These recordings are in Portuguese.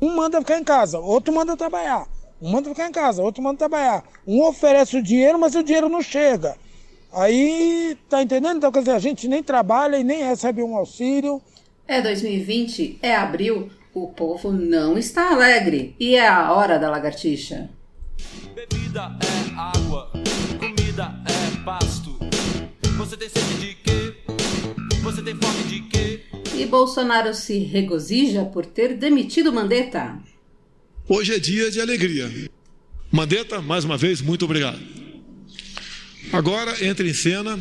Um manda ficar em casa, outro manda trabalhar. Um manda ficar em casa, outro manda trabalhar. Um oferece o dinheiro, mas o dinheiro não chega. Aí, tá entendendo? Então, quer dizer, a gente nem trabalha e nem recebe um auxílio. É 2020, é abril, o povo não está alegre. E é a hora da lagartixa. Bebida é água, comida é pasto. Você tem sede de quê? Você tem fome de quê? E Bolsonaro se regozija por ter demitido Mandetta. Hoje é dia de alegria. Mandetta, mais uma vez, muito obrigado. Agora entra em cena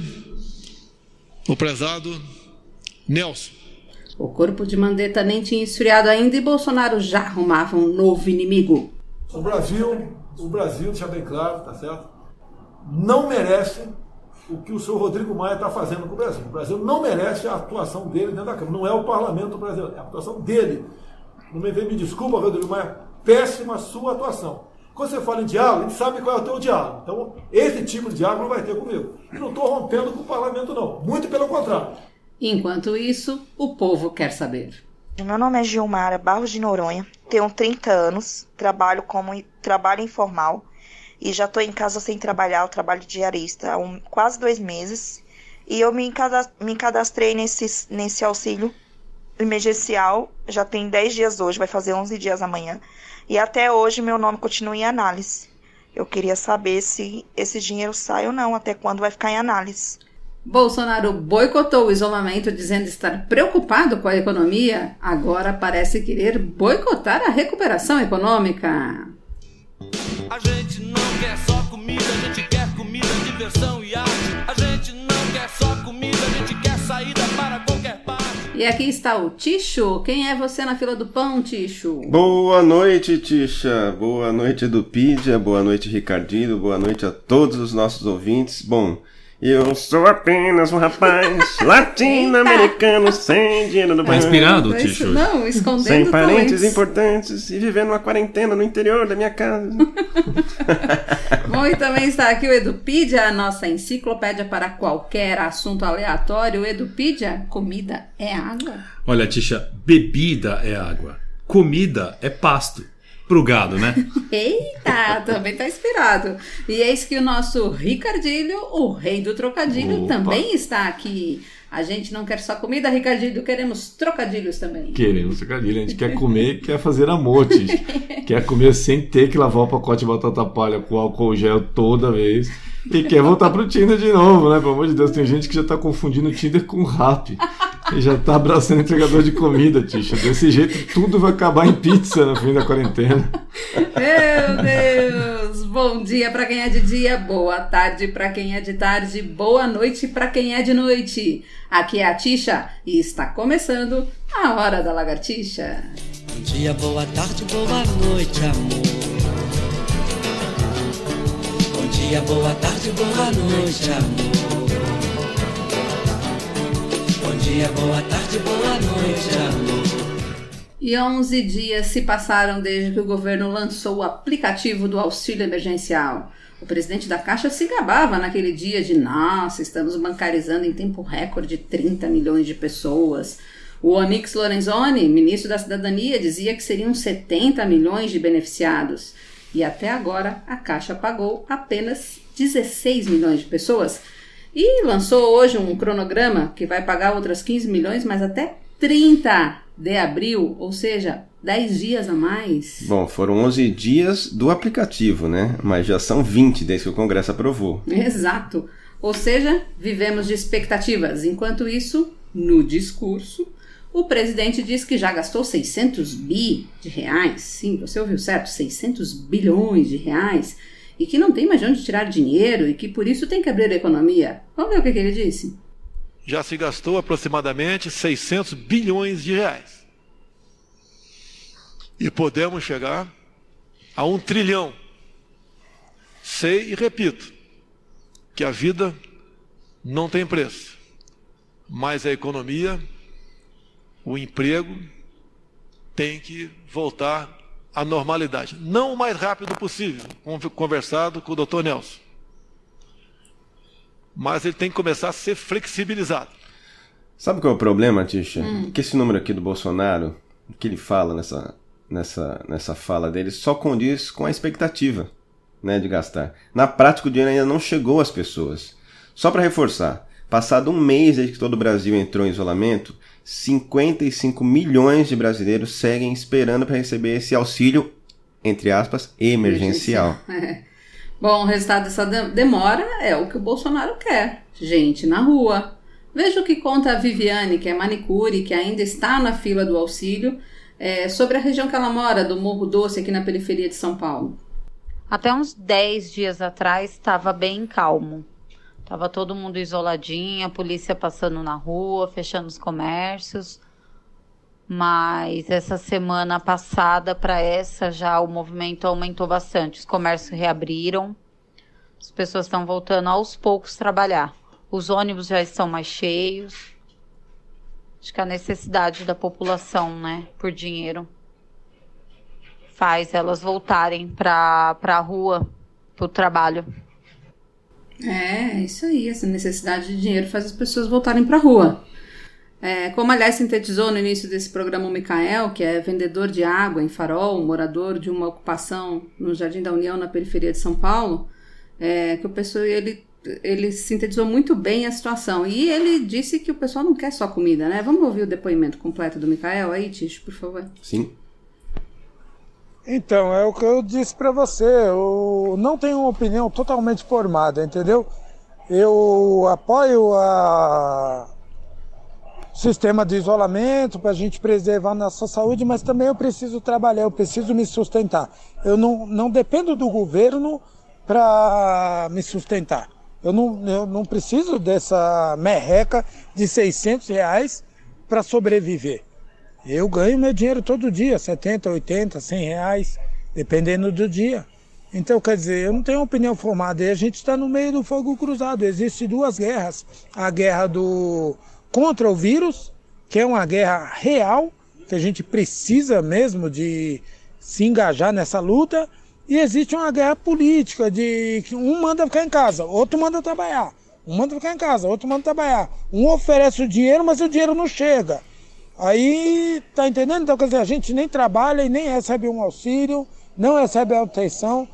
o prezado Nelson. O corpo de Mandetta nem tinha esfriado ainda e Bolsonaro já arrumava um novo inimigo. O Brasil, deixa bem claro, tá certo? Não merece o que o senhor Rodrigo Maia está fazendo com o Brasil. O Brasil não merece a atuação dele dentro da Câmara. Não é o parlamento brasileiro, é a atuação dele. Não me desculpa, Rodrigo Maia, péssima a sua atuação. Quando você fala em diálogo, a gente sabe qual é o teu diálogo. Então, esse tipo de diálogo não vai ter comigo. E não estou rompendo com o parlamento, não. Muito pelo contrário. Enquanto isso, o povo quer saber. Meu nome é Gilmara Barros de Noronha, tenho 30 anos, trabalho informal e já estou em casa sem trabalhar, eu trabalho de diarista há quase 2 meses e eu me cadastrei nesse auxílio emergencial, já tem 10 dias hoje, vai fazer 11 dias amanhã e até hoje meu nome continua em análise. Eu queria saber se esse dinheiro sai ou não, até quando vai ficar em análise. Bolsonaro boicotou o isolamento dizendo estar preocupado com a economia, agora parece querer boicotar a recuperação econômica. A gente não quer só comida, a gente quer comida, diversão e arte. A gente não quer só comida, a gente quer saída para qualquer parte. E aqui está o Ticho. Quem é você na fila do pão, Ticho? Boa noite, Ticha. Boa noite, Edupídia. Boa noite, Ricardinho. Boa noite a todos os nossos ouvintes. Bom, eu sou apenas um rapaz latino-americano sem dinheiro no banco. Tá inspirado, Ticho? Não, escondendo sem parentes talentos importantes e vivendo uma quarentena no interior da minha casa. Bom, e também está aqui o Edupídia, a nossa enciclopédia para qualquer assunto aleatório. Edupídia, comida é água? Olha, Ticha, bebida é água, comida é pasto. Pro gado, né? Eita, também tá inspirado. E eis que o nosso Ricardilho, o rei do trocadilho, também está aqui. A gente não quer só comida, Ricardilho, queremos trocadilhos também. Queremos trocadilho, a gente quer comer e quer fazer amor, Ticha. Quer comer sem ter que lavar o pacote de batata palha com álcool gel toda vez. E quer voltar pro Tinder de novo, né? Pelo amor de Deus, tem gente que já tá confundindo o Tinder com o Rappi. E já tá abraçando entregador de comida, Ticha. Desse jeito tudo vai acabar em pizza no fim da quarentena. Meu Deus! Bom dia pra quem é de dia, boa tarde pra quem é de tarde, boa noite pra quem é de noite. Aqui é a Ticha e está começando a Hora da Lagartixa. Bom dia, boa tarde, boa noite, amor. Bom dia, boa tarde, boa noite, amor. Bom dia, boa tarde, boa noite, amor. E 11 dias se passaram desde que o governo lançou o aplicativo do auxílio emergencial. O presidente da Caixa se gabava naquele dia de nossa, estamos bancarizando em tempo recorde 30 milhões de pessoas. O Onyx Lorenzoni, ministro da Cidadania, dizia que seriam 70 milhões de beneficiados. E até agora a Caixa pagou apenas 16 milhões de pessoas. E lançou hoje um cronograma que vai pagar outras 15 milhões, mas até 30 de abril, ou seja, 10 dias a mais. Bom, foram 11 dias do aplicativo, né? Mas já são 20 desde que o Congresso aprovou. Exato. Ou seja, vivemos de expectativas. Enquanto isso, no discurso, o presidente diz que já gastou 600 bi de reais. Sim, você ouviu certo, 600 bilhões de reais. E que não tem mais de onde tirar dinheiro e que por isso tem que abrir a economia. Vamos ver o que ele disse. Já se gastou aproximadamente 600 bilhões de reais. E podemos chegar a 1 trilhão. Sei e repito que a vida não tem preço, mas a economia, o emprego tem que voltar à normalidade. Não o mais rápido possível, conversado com o Dr. Nelson. Mas ele tem que começar a ser flexibilizado. Sabe qual é o problema, Tisha? Que esse número aqui do Bolsonaro, que ele fala nessa fala dele só condiz com a expectativa, né, de gastar. Na prática, o dinheiro ainda não chegou às pessoas. Só para reforçar, passado um mês desde que todo o Brasil entrou em isolamento, 55 milhões de brasileiros seguem esperando para receber esse auxílio, entre aspas, emergencial. Bom, o resultado dessa demora é o que o Bolsonaro quer. Gente na rua. Veja o que conta a Viviane, que é manicure, que ainda está na fila do auxílio, sobre a região que ela mora, do Morro Doce, aqui na periferia de São Paulo. Até uns 10 dias atrás estava bem calmo. Tava todo mundo isoladinho, a polícia passando na rua, fechando os comércios. Mas essa semana passada para essa já o movimento aumentou bastante. Os comércios reabriram, as pessoas estão voltando aos poucos trabalhar. Os ônibus já estão mais cheios. Acho que a necessidade da população, né, por dinheiro, faz elas voltarem para a rua, para o trabalho. É isso aí, essa necessidade de dinheiro faz as pessoas voltarem para a rua. Como, aliás, sintetizou no início desse programa o Micael, que é vendedor de água em Farol, morador de uma ocupação no Jardim da União, na periferia de São Paulo, que o pessoal, ele sintetizou muito bem a situação. E ele disse que o pessoal não quer só comida, né? Vamos ouvir o depoimento completo do Micael aí, Ticho, por favor? Sim. Então, é o que eu disse para você, eu não tenho uma opinião totalmente formada, entendeu? Eu apoio o sistema de isolamento para a gente preservar a nossa saúde, mas também eu preciso trabalhar, eu preciso me sustentar. Eu não dependo do governo para me sustentar. Eu não preciso dessa merreca de R$600 para sobreviver. Eu ganho meu dinheiro todo dia, 70, 80, 100 reais, dependendo do dia. Então, quer dizer, eu não tenho opinião formada. E a gente está no meio do fogo cruzado. Existem duas guerras. A guerra contra o vírus, que é uma guerra real, que a gente precisa mesmo de se engajar nessa luta. E existe uma guerra política, de que um manda ficar em casa, outro manda trabalhar. Um manda ficar em casa, outro manda trabalhar. Um oferece o dinheiro, mas o dinheiro não chega. Aí, tá entendendo? Então, quer dizer, a gente nem trabalha e nem recebe um auxílio, não recebe a atenção.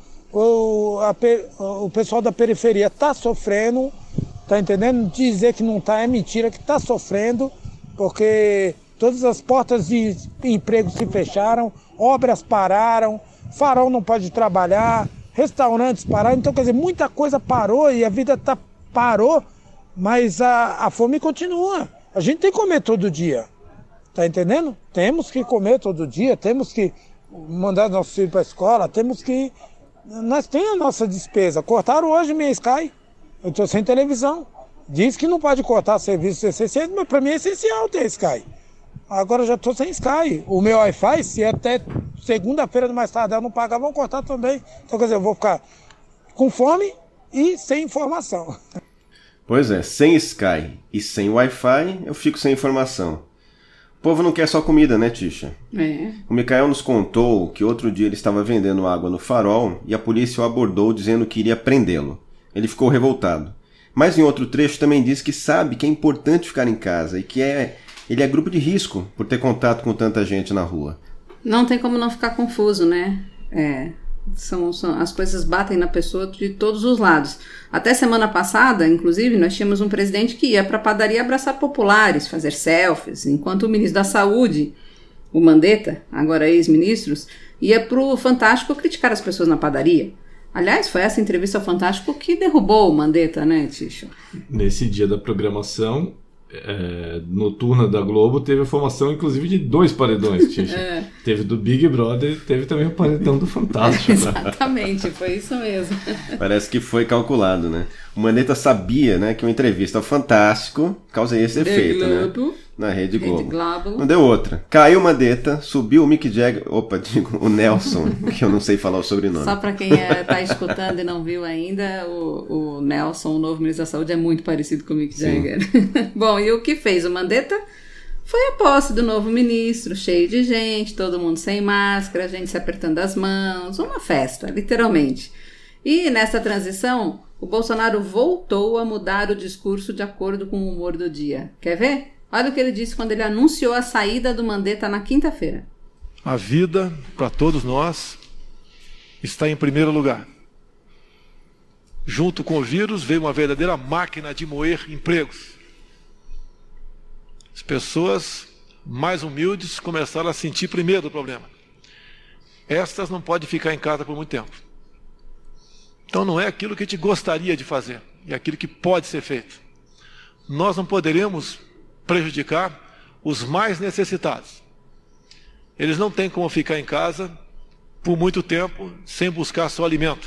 O pessoal da periferia tá sofrendo, tá entendendo? Dizer que não tá é mentira, que tá sofrendo, porque todas as portas de emprego se fecharam, obras pararam, Farol não pode trabalhar, restaurantes pararam. Então, quer dizer, muita coisa parou e a vida parou, mas a fome continua. A gente tem que comer todo dia. Tá entendendo? Temos que comer todo dia, temos que mandar nossos filhos para a escola, nós temos a nossa despesa. Cortaram hoje minha Sky, eu estou sem televisão. Diz que não pode cortar serviços essenciais, mas para mim é essencial ter Sky. Agora eu já estou sem Sky. O meu Wi-Fi, se até segunda-feira do mais tarde eu não pagar, vão cortar também. Então, quer dizer, eu vou ficar com fome e sem informação. Pois é, sem Sky e sem Wi-Fi, eu fico sem informação. O povo não quer só comida, né, Tisha? O Micael nos contou que outro dia ele estava vendendo água no Farol e a polícia o abordou dizendo que iria prendê-lo. Ele ficou revoltado. Mas em outro trecho também diz que sabe que é importante ficar em casa e que ele é grupo de risco por ter contato com tanta gente na rua. Não tem como não ficar confuso, né? As coisas batem na pessoa de todos os lados. Até semana passada, inclusive, nós tínhamos um presidente que ia para a padaria abraçar populares, fazer selfies, enquanto o ministro da Saúde, o Mandetta, agora ex-ministros, ia para o Fantástico criticar as pessoas na padaria. Aliás, foi essa entrevista ao Fantástico que derrubou o Mandetta, né, Ticho? Nesse dia da programação noturna da Globo, teve a formação, inclusive, de 2 paredões, Ticho. Teve do Big Brother e teve também o paredão do Fantástico. Exatamente, foi isso mesmo. Parece que foi calculado, né? O Mandetta sabia, né, que uma entrevista ao Fantástico causa esse efeito, né? Na Rede Globo. Não deu outra. Caiu o Mandetta, subiu o Mick Jagger... o Nelson, que eu não sei falar o sobrenome. Só para quem tá escutando e não viu ainda, o Nelson, o novo ministro da Saúde, é muito parecido com o Mick Jagger. Bom, e o que fez o Mandetta? Foi a posse do novo ministro, cheio de gente, todo mundo sem máscara, gente se apertando as mãos, uma festa, literalmente. E nessa transição, o Bolsonaro voltou a mudar o discurso de acordo com o humor do dia. Quer ver? Olha o que ele disse quando ele anunciou a saída do Mandetta na quinta-feira. A vida, para todos nós, está em primeiro lugar. Junto com o vírus veio uma verdadeira máquina de moer empregos. As pessoas mais humildes começaram a sentir primeiro o problema. Estas não podem ficar em casa por muito tempo. Então não é aquilo que a gente gostaria de fazer, é aquilo que pode ser feito. Nós não poderemos prejudicar os mais necessitados. Eles não têm como ficar em casa por muito tempo sem buscar só alimento.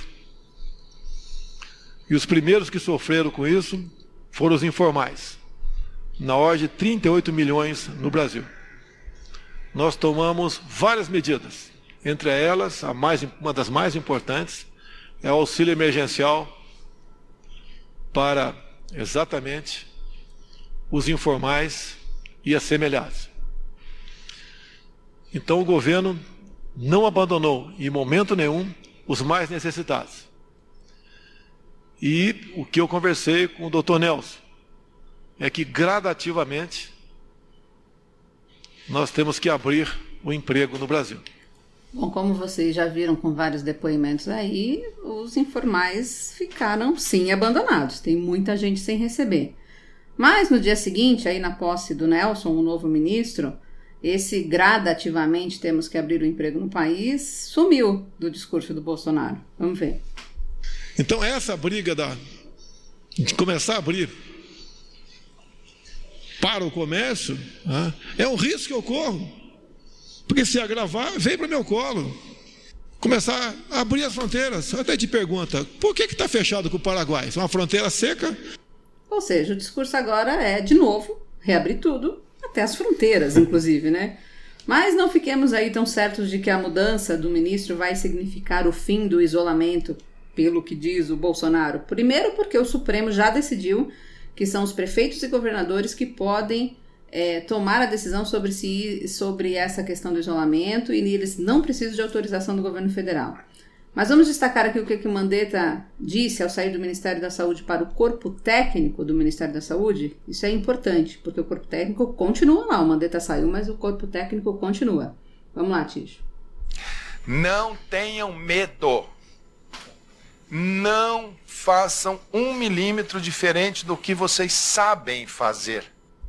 E os primeiros que sofreram com isso foram os informais, na ordem de 38 milhões no Brasil. Nós tomamos várias medidas, entre elas, uma das mais importantes é o auxílio emergencial para exatamente os informais e assemelhados. Então o governo não abandonou em momento nenhum os mais necessitados. E o que eu conversei com o Dr. Nelson é que gradativamente nós temos que abrir o emprego no Brasil. Bom, como vocês já viram com vários depoimentos aí, os informais ficaram sim abandonados. Tem muita gente sem receber. Mas no dia seguinte, aí na posse do Nelson, o novo ministro, esse gradativamente temos que abrir o emprego no país sumiu do discurso do Bolsonaro. Vamos ver. Então essa briga de começar a abrir para o comércio é um risco que eu corro. Porque se agravar, vem para o meu colo. Começar a abrir as fronteiras. Eu até te pergunta, por que está fechado com o Paraguai? É uma fronteira seca? Ou seja, o discurso agora é, de novo, reabrir tudo, até as fronteiras, inclusive, né? Mas não fiquemos aí tão certos de que a mudança do ministro vai significar o fim do isolamento, pelo que diz o Bolsonaro. Primeiro porque o Supremo já decidiu que são os prefeitos e governadores que podem tomar a decisão sobre essa questão do isolamento e eles não precisam de autorização do governo federal. Mas vamos destacar aqui o que o Mandetta disse ao sair do Ministério da Saúde para o corpo técnico do Ministério da Saúde. Isso é importante, porque o corpo técnico continua lá. O Mandetta saiu, mas o corpo técnico continua. Vamos lá, Tijo. Não tenham medo. Não façam 1 milímetro diferente do que vocês sabem fazer.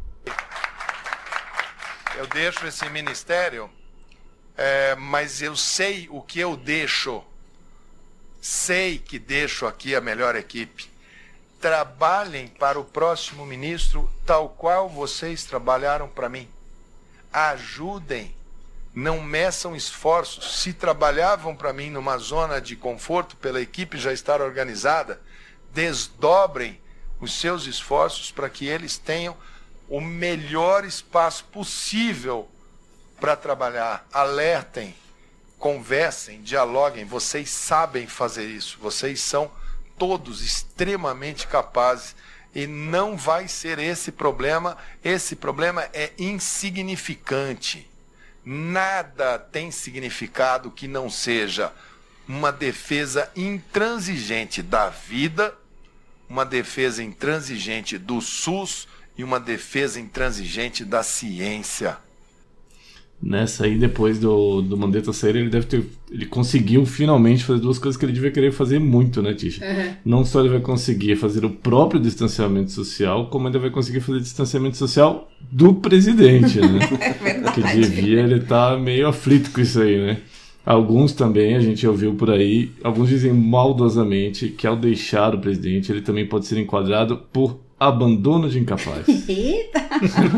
Eu deixo esse ministério, mas eu sei o que eu deixo. Sei que deixo aqui a melhor equipe. Trabalhem para o próximo ministro tal qual vocês trabalharam para mim. Ajudem. Não meçam esforços. Se trabalhavam para mim numa zona de conforto pela equipe já estar organizada, desdobrem os seus esforços para que eles tenham o melhor espaço possível para trabalhar. Alertem, conversem, dialoguem. Vocês sabem fazer isso. Vocês são todos extremamente capazes e não vai ser esse problema. Esse problema é insignificante. Nada tem significado que não seja uma defesa intransigente da vida, uma defesa intransigente do SUS e uma defesa intransigente da ciência. Nessa aí, depois do Mandetta sair, ele conseguiu finalmente fazer duas coisas que ele devia querer fazer muito, né, Tisha? Uhum. Não só ele vai conseguir fazer o próprio distanciamento social, como ainda vai conseguir fazer distanciamento social do presidente, né? É que devia ele estar meio aflito com isso aí, né? Alguns também, a gente ouviu por aí, alguns dizem maldosamente que ao deixar o presidente, ele também pode ser enquadrado por abandono de incapaz. Eita!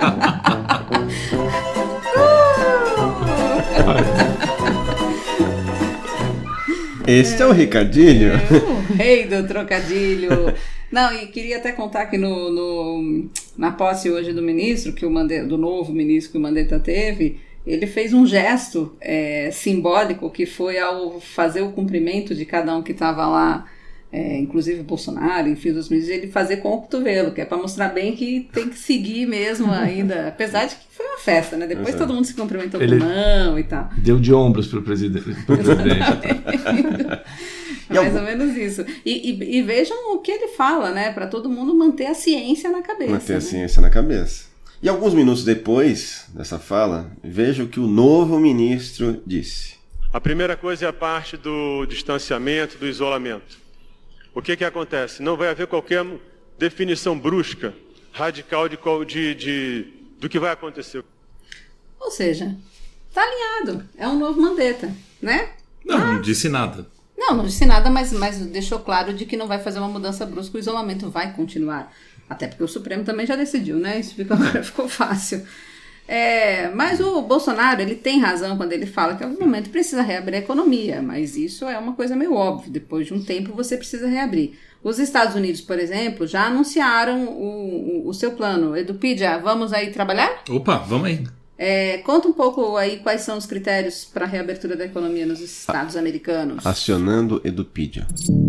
Este é o Ricardinho. O rei do trocadilho. Não, e queria até contar que na posse hoje do ministro, do novo ministro que o Mandetta teve, ele fez um gesto simbólico que foi ao fazer o cumprimento de cada um que estava lá, inclusive o Bolsonaro, enfim, dos ministros, ele fazer com o cotovelo, que é para mostrar bem que tem que seguir mesmo ainda, apesar de que foi uma festa, né? Depois todo mundo se cumprimentou com mão e tal. Deu de ombros pro presidente. Mais ou menos isso. E vejam o que ele fala, né? Para todo mundo manter a ciência na cabeça. Manter a ciência na cabeça. E alguns minutos depois dessa fala, veja o que o novo ministro disse. A primeira coisa é a parte do distanciamento, do isolamento. O que acontece? Não vai haver qualquer definição brusca, radical do que vai acontecer. Ou seja, tá alinhado. É um novo Mandetta, né? Não disse nada. Não disse nada, mas deixou claro de que não vai fazer uma mudança brusca, o isolamento vai continuar. Até porque o Supremo também já decidiu, né? Isso agora ficou fácil. Mas o Bolsonaro, ele tem razão quando ele fala que em algum momento precisa reabrir a economia, mas isso é uma coisa meio óbvia. Depois de um tempo você precisa reabrir. Os Estados Unidos, por exemplo, já anunciaram o seu plano. Edupídia, vamos aí trabalhar? Opa, vamos aí. Conta um pouco aí quais são os critérios para a reabertura da economia nos Estados americanos. Acionando Edupídia.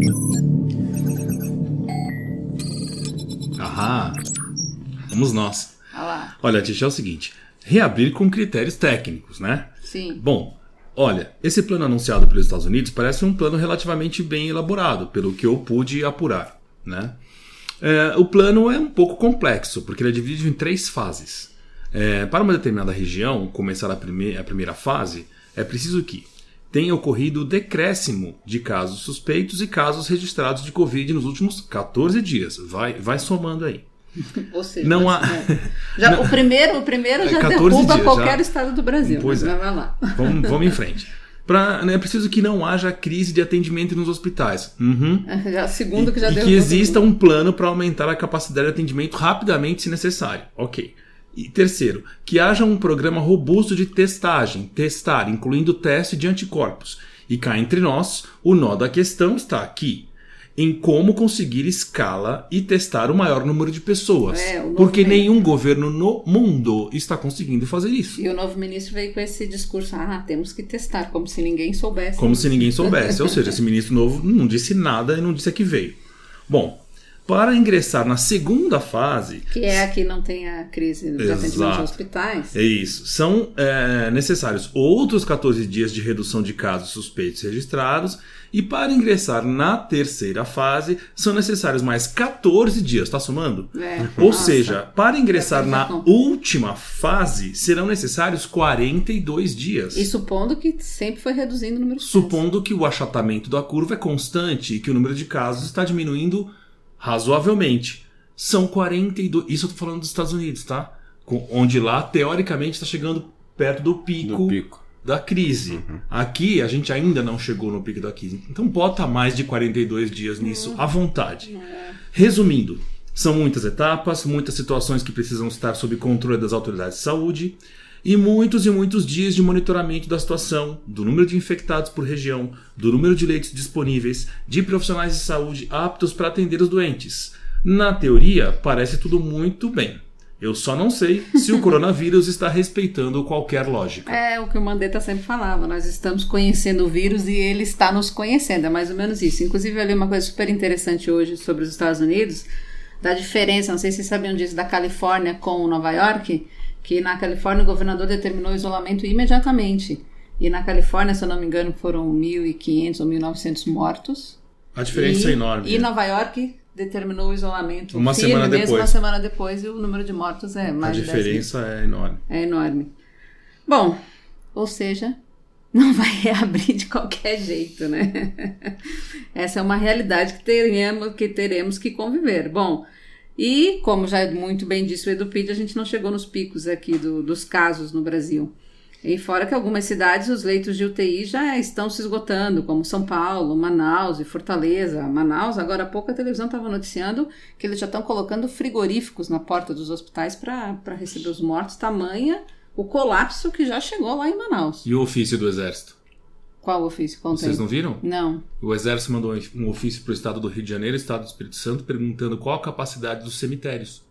Aham, vamos nós. Olha, Tisha, é o seguinte, reabrir com critérios técnicos, né? Sim. Bom, olha, esse plano anunciado pelos Estados Unidos parece um plano relativamente bem elaborado, pelo que eu pude apurar, né? O plano é um pouco complexo, porque ele é dividido em 3 fases. Para uma determinada região começar a primeira fase, é preciso que tenha ocorrido decréscimo de casos suspeitos e casos registrados de Covid nos últimos 14 dias. Vai somando aí. Ou seja, não há... o primeiro já derruba qualquer estado do Brasil. Pois mas vai lá. Vamos em frente. É preciso que não haja crise de atendimento nos hospitais. Segundo que já derruba. E que exista um plano para aumentar a capacidade de atendimento rapidamente, se necessário. Ok. E terceiro, que haja um programa robusto de testar, incluindo teste de anticorpos. E cá entre nós, o nó da questão está aqui, em como conseguir escala e testar o maior número de pessoas. Porque nenhum governo no mundo está conseguindo fazer isso. E o novo ministro veio com esse discurso, temos que testar, como se ninguém soubesse. Como se ninguém soubesse, ou seja, esse ministro novo não disse nada e não disse a que veio. Bom, para ingressar na segunda fase... Que é a que não tem a crise de atendimento aos hospitais. É isso. São necessários outros 14 dias de redução de casos suspeitos registrados. E para ingressar na terceira fase, são necessários mais 14 dias. Está somando? Ou seja, para ingressar na última fase, serão necessários 42 dias. E supondo que sempre foi reduzindo o número de casos. Supondo que o achatamento da curva é constante e que o número de casos está diminuindo razoavelmente. São 42... Isso eu tô falando dos Estados Unidos, tá? Onde lá, teoricamente, está chegando perto do pico da crise. Aqui, a gente ainda não chegou no pico da crise. Então, bota mais de 42 dias nisso à vontade. Resumindo, são muitas etapas, muitas situações que precisam estar sob controle das autoridades de saúde e muitos dias de monitoramento da situação, do número de infectados por região, do número de leitos disponíveis, de profissionais de saúde aptos para atender os doentes. Na teoria, parece tudo muito bem. Eu só não sei se o coronavírus está respeitando qualquer lógica. É o que o Mandetta sempre falava, nós estamos conhecendo o vírus e ele está nos conhecendo, é mais ou menos isso. Inclusive eu li uma coisa super interessante hoje sobre os Estados Unidos, da diferença, não sei se vocês sabiam disso, da Califórnia com Nova York, que na Califórnia o governador determinou o isolamento imediatamente. E na Califórnia, se eu não me engano, foram 1.500 ou 1.900 mortos. A diferença é enorme. E Nova York determinou o isolamento uma semana depois e o número de mortos é mais de 10 mil. A diferença é enorme. É enorme. Bom, ou seja, não vai reabrir de qualquer jeito, né? Essa é uma realidade que teremos que conviver. Bom, e como já muito bem disse o Edupídia, a gente não chegou nos picos aqui dos casos no Brasil. E fora que algumas cidades, os leitos de UTI já estão se esgotando, como São Paulo, Manaus e Fortaleza. Manaus, agora há pouco a televisão estava noticiando que eles já estão colocando frigoríficos na porta dos hospitais para receber os mortos, tamanha o colapso que já chegou lá em Manaus. E o ofício do Exército? Qual ofício? Contei. Vocês não viram? Não. O Exército mandou um ofício para o estado do Rio de Janeiro e estado do Espírito Santo perguntando qual a capacidade dos cemitérios.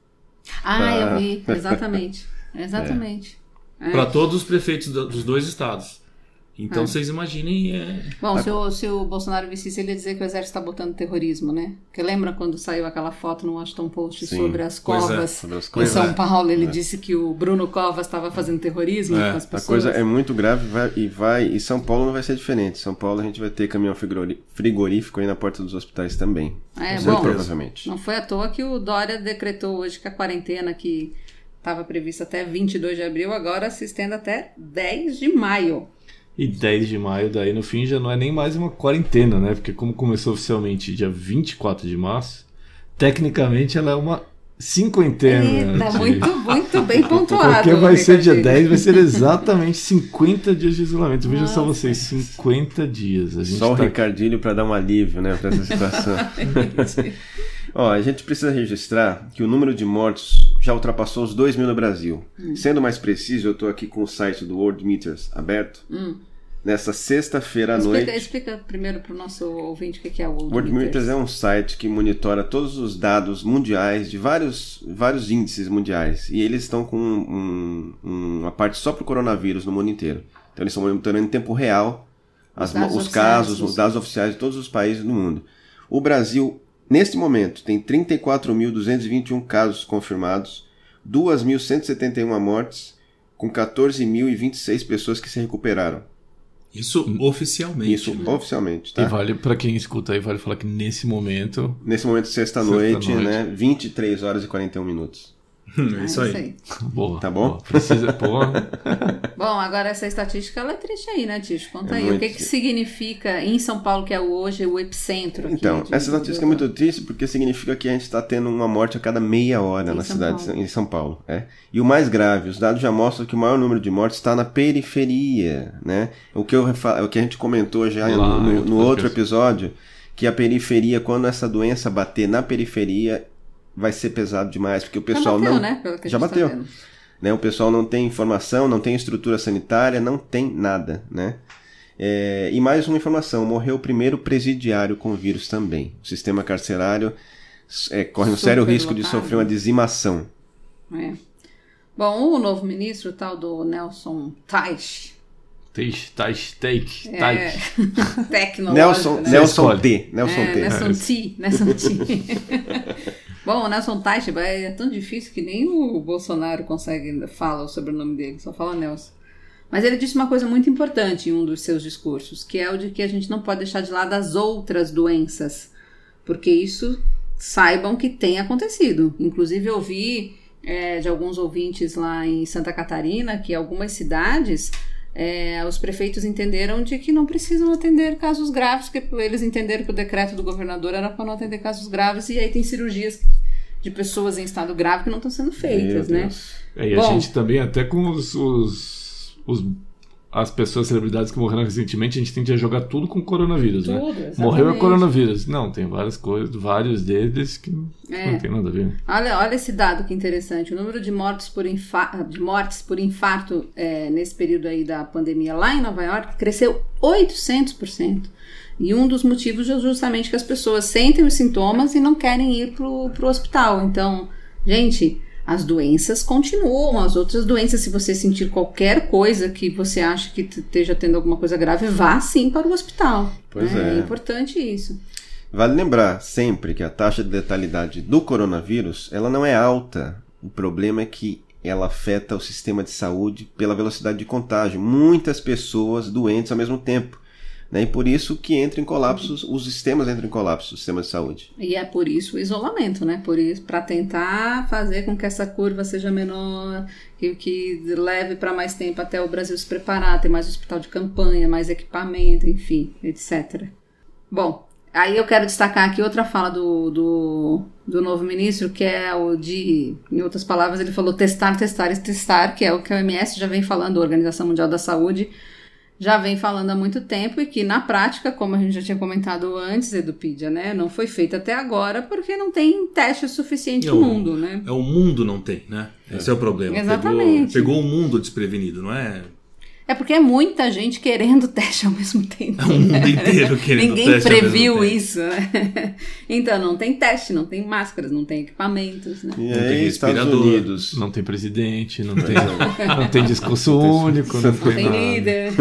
Eu vi, exatamente. Exatamente. Para todos os prefeitos dos dois estados. Então vocês imaginem... Bom, se o Bolsonaro visse isso, ele ia dizer que o exército está botando terrorismo, né? Porque lembra quando saiu aquela foto no Washington Post sobre as covas em São Paulo? Ele disse que o Bruno Covas estava fazendo terrorismo com as pessoas. A coisa é muito grave e São Paulo não vai ser diferente. São Paulo a gente vai ter caminhão frigorífico aí na porta dos hospitais também. Provavelmente. Não foi à toa que o Dória decretou hoje que a quarentena que estava previsto até 22 de abril, agora se estende até 10 de maio. E 10 de maio, daí no fim já não é nem mais uma quarentena, né? Porque como começou oficialmente dia 24 de março, tecnicamente ela é uma cinquentena. Eita, muito bem pontuado. Porque vai ser dia 10, vai ser exatamente 50 dias de isolamento. Veja só vocês, 50 dias. A gente só o Ricardinho para dar um alívio, né, para essa situação. Ó, a gente precisa registrar que o número de mortos já ultrapassou os 2.000 no Brasil. Sendo mais preciso, eu estou aqui com o site do World Meters aberto. Nessa sexta-feira à noite... Explica primeiro para o nosso ouvinte o que é o World Meters. É um site que monitora todos os dados mundiais de vários índices mundiais. E eles estão com uma parte só para o coronavírus no mundo inteiro. Então eles estão monitorando em tempo real os casos, os dados oficiais de todos os países do mundo. O Brasil, neste momento, tem 34.221 casos confirmados, 2.171 mortes, com 14.026 pessoas que se recuperaram. Isso oficialmente. Isso oficialmente, tá? E vale, pra quem escuta aí, vale falar que nesse momento, sexta-noite, né? 23 horas e 41 minutos. É isso aí. Boa. Tá bom? Boa. Precisa, porra. Bom, agora essa estatística ela é triste aí, né, Ticho? Conta aí, muito... o que significa em São Paulo, que é hoje o epicentro aqui? Então, essa estatística é muito triste porque significa que a gente está tendo uma morte a cada meia hora na cidade em São Paulo. E o mais grave, os dados já mostram que o maior número de mortes está na periferia, né? O que a gente comentou já no outro episódio, que a periferia, quando essa doença bater na periferia, vai ser pesado demais, porque o pessoal já bateu, né? O pessoal não tem informação, não tem estrutura sanitária, não tem nada, né? E mais uma informação, morreu o primeiro presidiário com vírus também. O sistema carcerário corre um sério risco de sofrer uma dizimação. Bom, o novo ministro, o tal do Nelson Teich. Tecnológico, Nelson T. Bom, o Nelson Teich é tão difícil que nem o Bolsonaro consegue falar sobre o nome dele, só fala Nelson. Mas ele disse uma coisa muito importante em um dos seus discursos, que é o de que a gente não pode deixar de lado as outras doenças, porque isso, saibam que tem acontecido. Inclusive eu vi de alguns ouvintes lá em Santa Catarina que algumas cidades... os prefeitos entenderam de que não precisam atender casos graves, porque eles entenderam que o decreto do governador era para não atender casos graves, e aí tem cirurgias de pessoas em estado grave que não estão sendo feitas, né? E a gente também, até com as pessoas, celebridades que morreram recentemente, a gente tende a jogar tudo com coronavírus, né? Morreu é coronavírus. Não, tem várias coisas, vários deles que não tem nada a ver. Olha esse dado que interessante. O número de mortes por infarto nesse período aí da pandemia lá em Nova York cresceu 800%. E um dos motivos é justamente que as pessoas sentem os sintomas e não querem ir pro hospital. Então, gente... As doenças continuam, as outras doenças, se você sentir qualquer coisa que você acha que esteja tendo alguma coisa grave, vá sim para o hospital. Pois é. É importante isso. Vale lembrar sempre que a taxa de letalidade do coronavírus, ela não é alta. O problema é que ela afeta o sistema de saúde pela velocidade de contágio. Muitas pessoas doentes ao mesmo tempo. Né? E por isso que entra em colapso, os sistemas entram em colapso, o sistema de saúde. E é por isso o isolamento, né? Por isso, para tentar fazer com que essa curva seja menor, que leve para mais tempo até o Brasil se preparar, ter mais hospital de campanha, mais equipamento, enfim, etc. Bom, aí eu quero destacar aqui outra fala do novo ministro, que é o de, em outras palavras, ele falou testar, que é o que a OMS já vem falando, a Organização Mundial da Saúde, já vem falando há muito tempo, e que na prática, como a gente já tinha comentado antes, Edupídia, né, não foi feito até agora porque não tem teste suficiente no mundo, né? O mundo não tem, né? Esse é o problema. Exatamente. Pegou o mundo desprevenido, não é? É porque é muita gente querendo teste ao mesmo tempo. É o mundo inteiro querendo Ninguém teste previu isso, né? Então não tem teste, não tem máscaras, não tem equipamentos, né? E aí, Estados Unidos. Não tem presidente, não tem discurso único, não tem líder.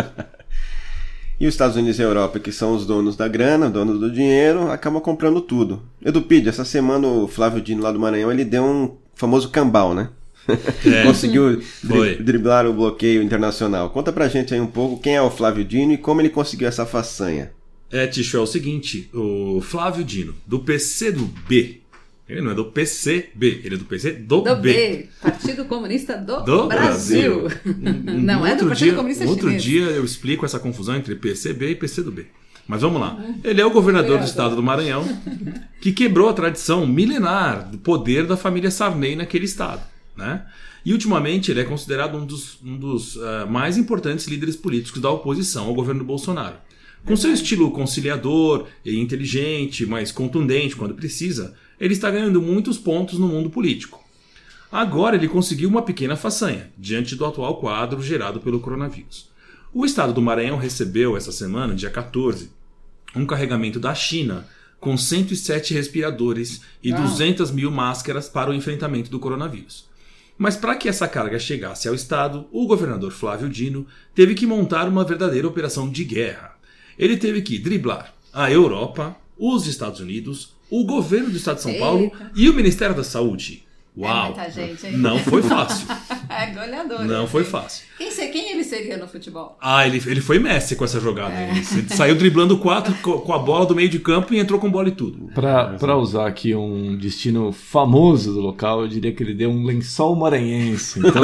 E os Estados Unidos e a Europa, que são os donos da grana, donos do dinheiro, acabam comprando tudo. Edupídia, essa semana o Flávio Dino lá do Maranhão, ele deu um famoso cambal, né? Conseguiu driblar o bloqueio internacional. Conta pra gente aí um pouco quem é o Flávio Dino e como ele conseguiu essa façanha. Ticho, é o seguinte, o Flávio Dino, do PCdoB, Ele não é do PCB, ele é do PC do B. Partido Comunista do Brasil. Não é do Partido Comunista Chinês. Outro dia eu explico essa confusão entre PCB e PCdoB. Mas vamos lá. Ele é o governador do estado do Maranhão que quebrou a tradição milenar do poder da família Sarney naquele estado, né? E ultimamente ele é considerado um dos mais importantes líderes políticos da oposição ao governo Bolsonaro. Com seu estilo conciliador e inteligente, mas contundente quando precisa, ele está ganhando muitos pontos no mundo político. Agora ele conseguiu uma pequena façanha, diante do atual quadro gerado pelo coronavírus. O estado do Maranhão recebeu essa semana, dia 14, um carregamento da China com 107 respiradores e 200 mil máscaras para o enfrentamento do coronavírus. Mas para que essa carga chegasse ao estado, o governador Flávio Dino teve que montar uma verdadeira operação de guerra. Ele teve que driblar a Europa, os Estados Unidos, o governo do estado de São Paulo e o Ministério da Saúde. Uau! É muita gente, hein? Não foi fácil. É goleador. Não foi fácil. Quem ele seria no futebol? Ele foi Messi com essa jogada. Ele saiu driblando 4 com a bola do meio de campo e entrou com bola e tudo. Para usar aqui um destino famoso do local, eu diria que ele deu um lençol maranhense. Então,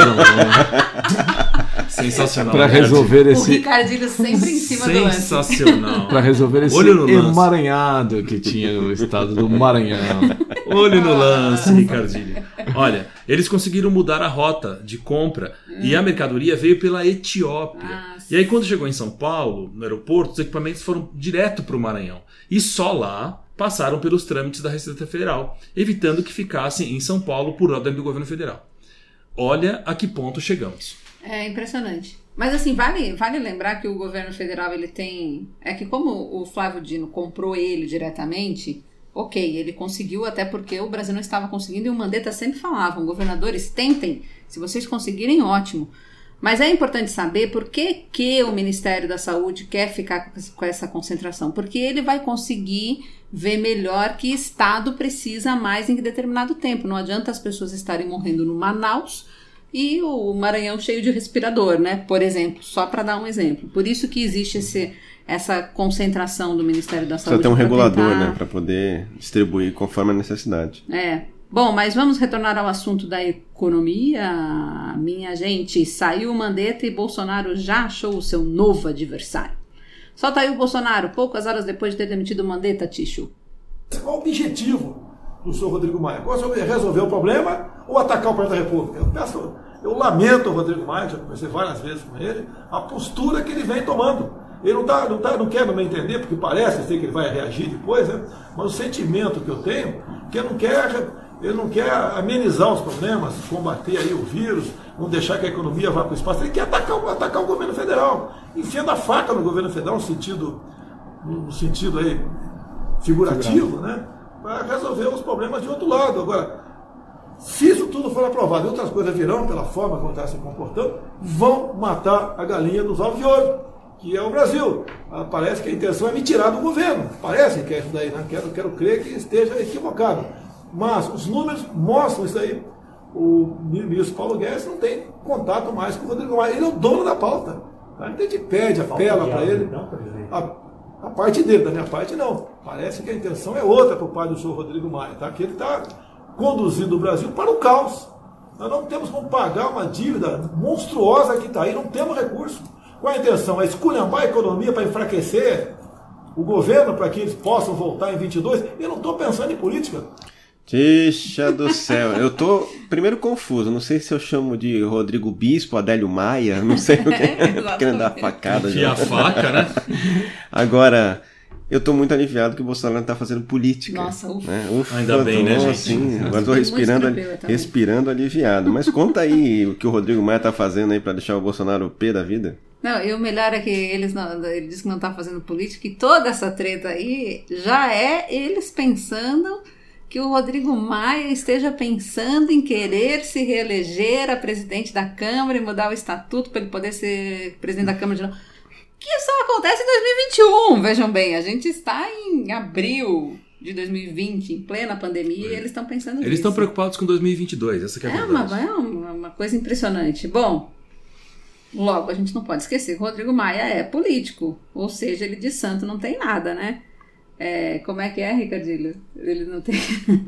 sensacional. Para resolver esse... O Ricardinho sempre em cima do lance. Sensacional. Para resolver esse emaranhado que tinha no estado do Maranhão. Olho no lance, Ricardinho. Olha, eles conseguiram mudar a rota de compra e a mercadoria veio pela Etiópia. E aí quando chegou em São Paulo, no aeroporto, os equipamentos foram direto para o Maranhão. E só lá passaram pelos trâmites da Receita Federal, evitando que ficassem em São Paulo por ordem do governo federal. Olha a que ponto chegamos. É impressionante. Mas assim, vale lembrar que o governo federal ele tem... É que como o Flávio Dino comprou ele diretamente... Ok, ele conseguiu até porque o Brasil não estava conseguindo e o Mandetta sempre falava, governadores, tentem, se vocês conseguirem, ótimo. Mas é importante saber por que o Ministério da Saúde quer ficar com essa concentração, porque ele vai conseguir ver melhor que estado precisa mais em determinado tempo. Não adianta as pessoas estarem morrendo no Manaus e o Maranhão cheio de respirador, né? Por exemplo, só para dar um exemplo. Por isso que existe essa concentração do Ministério da Saúde. Precisa ter um regulador, né, para poder distribuir conforme a necessidade. Bom, mas vamos retornar ao assunto da economia, minha gente. Saiu o Mandetta e Bolsonaro já achou o seu novo adversário. Solta aí o Bolsonaro, poucas horas depois de ter demitido o Mandetta, Ticho. Qual o objetivo do senhor Rodrigo Maia? Resolver o problema ou atacar o presidente da República? Eu lamento o Rodrigo Maia, já conversei várias vezes com ele, a postura que ele vem tomando. Ele não quer me entender, porque parece que ele vai reagir depois, né? Mas o sentimento que eu tenho é que ele não quer amenizar os problemas, combater aí o vírus, não deixar que a economia vá para o espaço. Ele quer atacar o governo federal, enfiando a faca no governo federal, no sentido aí figurativo, né? Para resolver os problemas de outro lado. Agora, se isso tudo for aprovado e outras coisas virão pela forma como está se comportando, vão matar a galinha dos ovos de ouro, que é o Brasil. Parece que a intenção é me tirar do governo. Parece que é isso daí, né? Quero crer que esteja equivocado. Mas os números mostram isso aí. O ministro Paulo Guedes não tem contato mais com o Rodrigo Maia. Ele é o dono da pauta. A gente pede, apela para ele. A parte dele, da minha parte, não. Parece que a intenção é outra por parte do senhor Rodrigo Maia. Tá? Que ele está conduzindo o Brasil para o caos. Nós não temos como pagar uma dívida monstruosa que está aí. Não temos recurso. Qual a intenção? É esculhambar a economia para enfraquecer o governo para que eles possam voltar em 22? Eu não estou pensando em política. Tixa do céu, eu tô primeiro confuso, não sei se eu chamo de Rodrigo Bispo, Adélio Maia, não sei o que, tô querendo dar facada. E a faca, né? Agora, eu tô muito aliviado que o Bolsonaro tá fazendo política. Nossa, ufa. Né? Ufa, ainda bem, né, gente? Assim, agora tô respirando aliviado. Mas conta aí o que o Rodrigo Maia tá fazendo aí pra deixar o Bolsonaro pé da vida. Não, e o melhor é que ele diz que não tá fazendo política, e toda essa treta aí já é eles pensando que o Rodrigo Maia esteja pensando em querer se reeleger a presidente da Câmara e mudar o estatuto para ele poder ser presidente da Câmara de novo. Que só acontece em 2021, vejam bem, a gente está em abril de 2020, em plena pandemia, e eles estão pensando nisso. Eles estão preocupados com 2022, essa que é a verdade. É uma coisa impressionante. Bom, logo, a gente não pode esquecer que o Rodrigo Maia é político, ou seja, ele de santo não tem nada, né? Como é que é, Ricardilho? Ele não tem...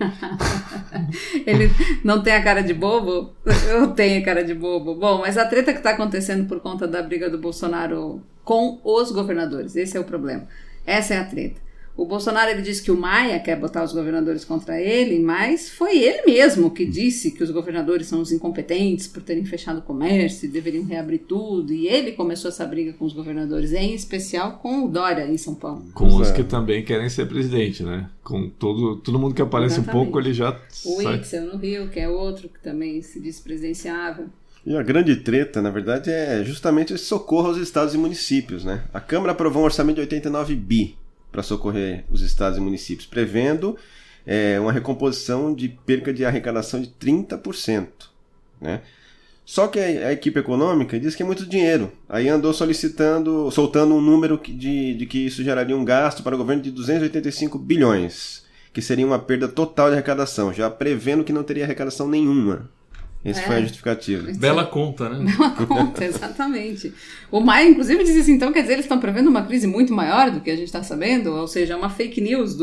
Ele não tem a cara de bobo? Eu tenho a cara de bobo. Bom, mas a treta que está acontecendo por conta da briga do Bolsonaro com os governadores, esse é o problema. Essa é a treta. O Bolsonaro, ele disse que o Maia quer botar os governadores contra ele, mas foi ele mesmo que disse que os governadores são os incompetentes por terem fechado o comércio e deveriam reabrir tudo. E ele começou essa briga com os governadores, em especial com o Dória em São Paulo. Com os que também querem ser presidente, né? Com todo mundo que aparece Exatamente. Um pouco, ele já o Ixel no Rio, que é outro que também se diz presidenciável. E a grande treta, na verdade, é justamente esse socorro aos estados e municípios, né? A Câmara aprovou um orçamento de 89 bi para socorrer os estados e municípios, prevendo uma recomposição de perca de arrecadação de 30%. Né? Só que a equipe econômica diz que é muito dinheiro. Aí andou soltando um número de que isso geraria um gasto para o governo de 285 bilhões, que seria uma perda total de arrecadação, já prevendo que não teria arrecadação nenhuma. Essa foi a justificativa. Bela conta, né? Bela conta, exatamente. O Maia, inclusive, disse assim, então quer dizer, eles estão prevendo uma crise muito maior do que a gente está sabendo? Ou seja, é uma fake news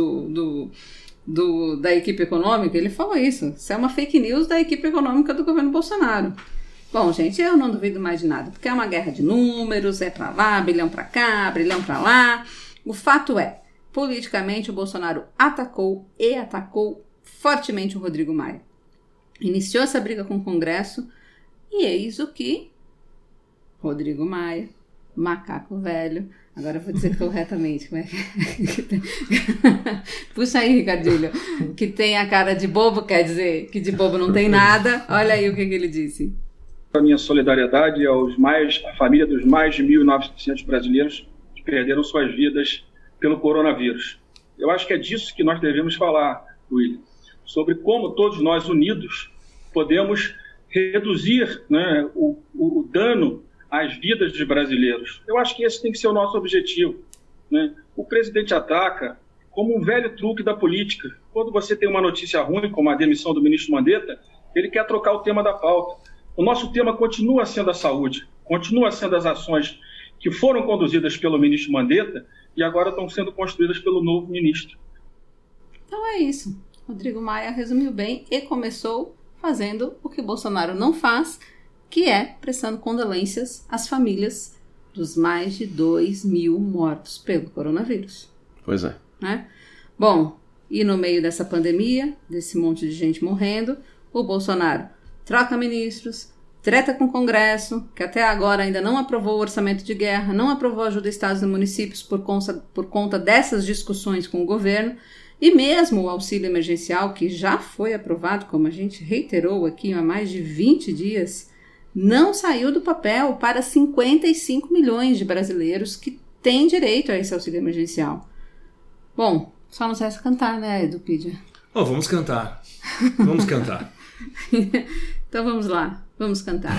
da equipe econômica? Ele falou isso. Isso é uma fake news da equipe econômica do governo Bolsonaro. Bom, gente, eu não duvido mais de nada, porque é uma guerra de números, é pra lá, bilhão pra cá, bilhão pra lá. O fato é, politicamente, o Bolsonaro atacou fortemente o Rodrigo Maia. Iniciou essa briga com o Congresso e eis o que Rodrigo Maia, macaco velho, agora eu vou dizer corretamente, como é que puxa aí, Ricardilho, que tem a cara de bobo, quer dizer que de bobo não tem nada. Olha aí o que ele disse. A minha solidariedade à família dos mais de 1.900 brasileiros que perderam suas vidas pelo coronavírus. Eu acho que é disso que nós devemos falar, William, sobre como todos nós unidos podemos reduzir, né, o dano às vidas dos brasileiros. Eu acho que esse tem que ser o nosso objetivo. Né? O presidente ataca como um velho truque da política. Quando você tem uma notícia ruim, como a demissão do ministro Mandetta, ele quer trocar o tema da pauta. O nosso tema continua sendo a saúde, continua sendo as ações que foram conduzidas pelo ministro Mandetta e agora estão sendo construídas pelo novo ministro. Então é isso. Rodrigo Maia resumiu bem e começou fazendo o que Bolsonaro não faz, que é prestando condolências às famílias dos mais de 2.000 mortos pelo coronavírus. Pois é. Né? Bom, e no meio dessa pandemia, desse monte de gente morrendo, o Bolsonaro troca ministros, treta com o Congresso, que até agora ainda não aprovou o orçamento de guerra, não aprovou ajuda a estados e municípios por conta dessas discussões com o governo. E mesmo o auxílio emergencial, que já foi aprovado, como a gente reiterou aqui há mais de 20 dias, não saiu do papel para 55 milhões de brasileiros que têm direito a esse auxílio emergencial. Bom, só nos resta cantar, né, Edupídia? Vamos cantar. Vamos cantar. Então vamos lá, vamos cantar.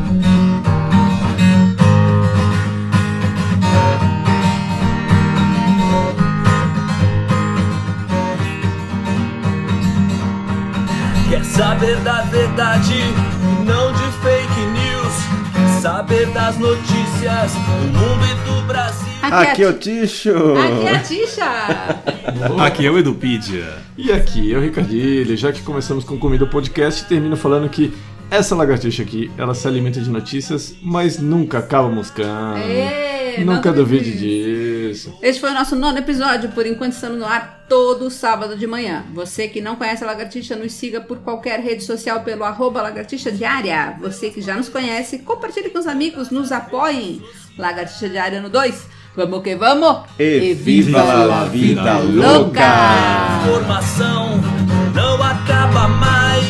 Quer saber da verdade e não de fake news? Saber das notícias do mundo e do Brasil. Aqui é o Ticho. Aqui é a Ticha. Aqui é o Edupídia. E aqui é o Ricardilho. Já que começamos com comida, o podcast termina falando que essa lagartixa aqui, ela se alimenta de notícias, mas nunca acaba moscando. Nunca duvide disso. Este foi o nosso 9º episódio, por enquanto estamos no ar todo sábado de manhã. Você que não conhece a Lagartixa, nos siga por qualquer rede social pelo @Lagartixa Diária. Você que já nos conhece, compartilhe com os amigos, nos apoiem. Lagartixa Diária no 2. Vamos que vamos! E viva a vida louca! Informação não acaba mais.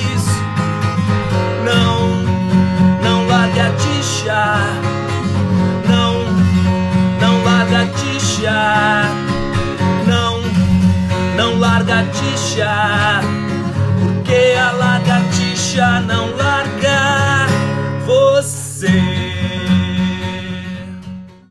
Não larga a tixa. Não larga a tixa. Não larga a tixa. Porque a lagartixa não larga você.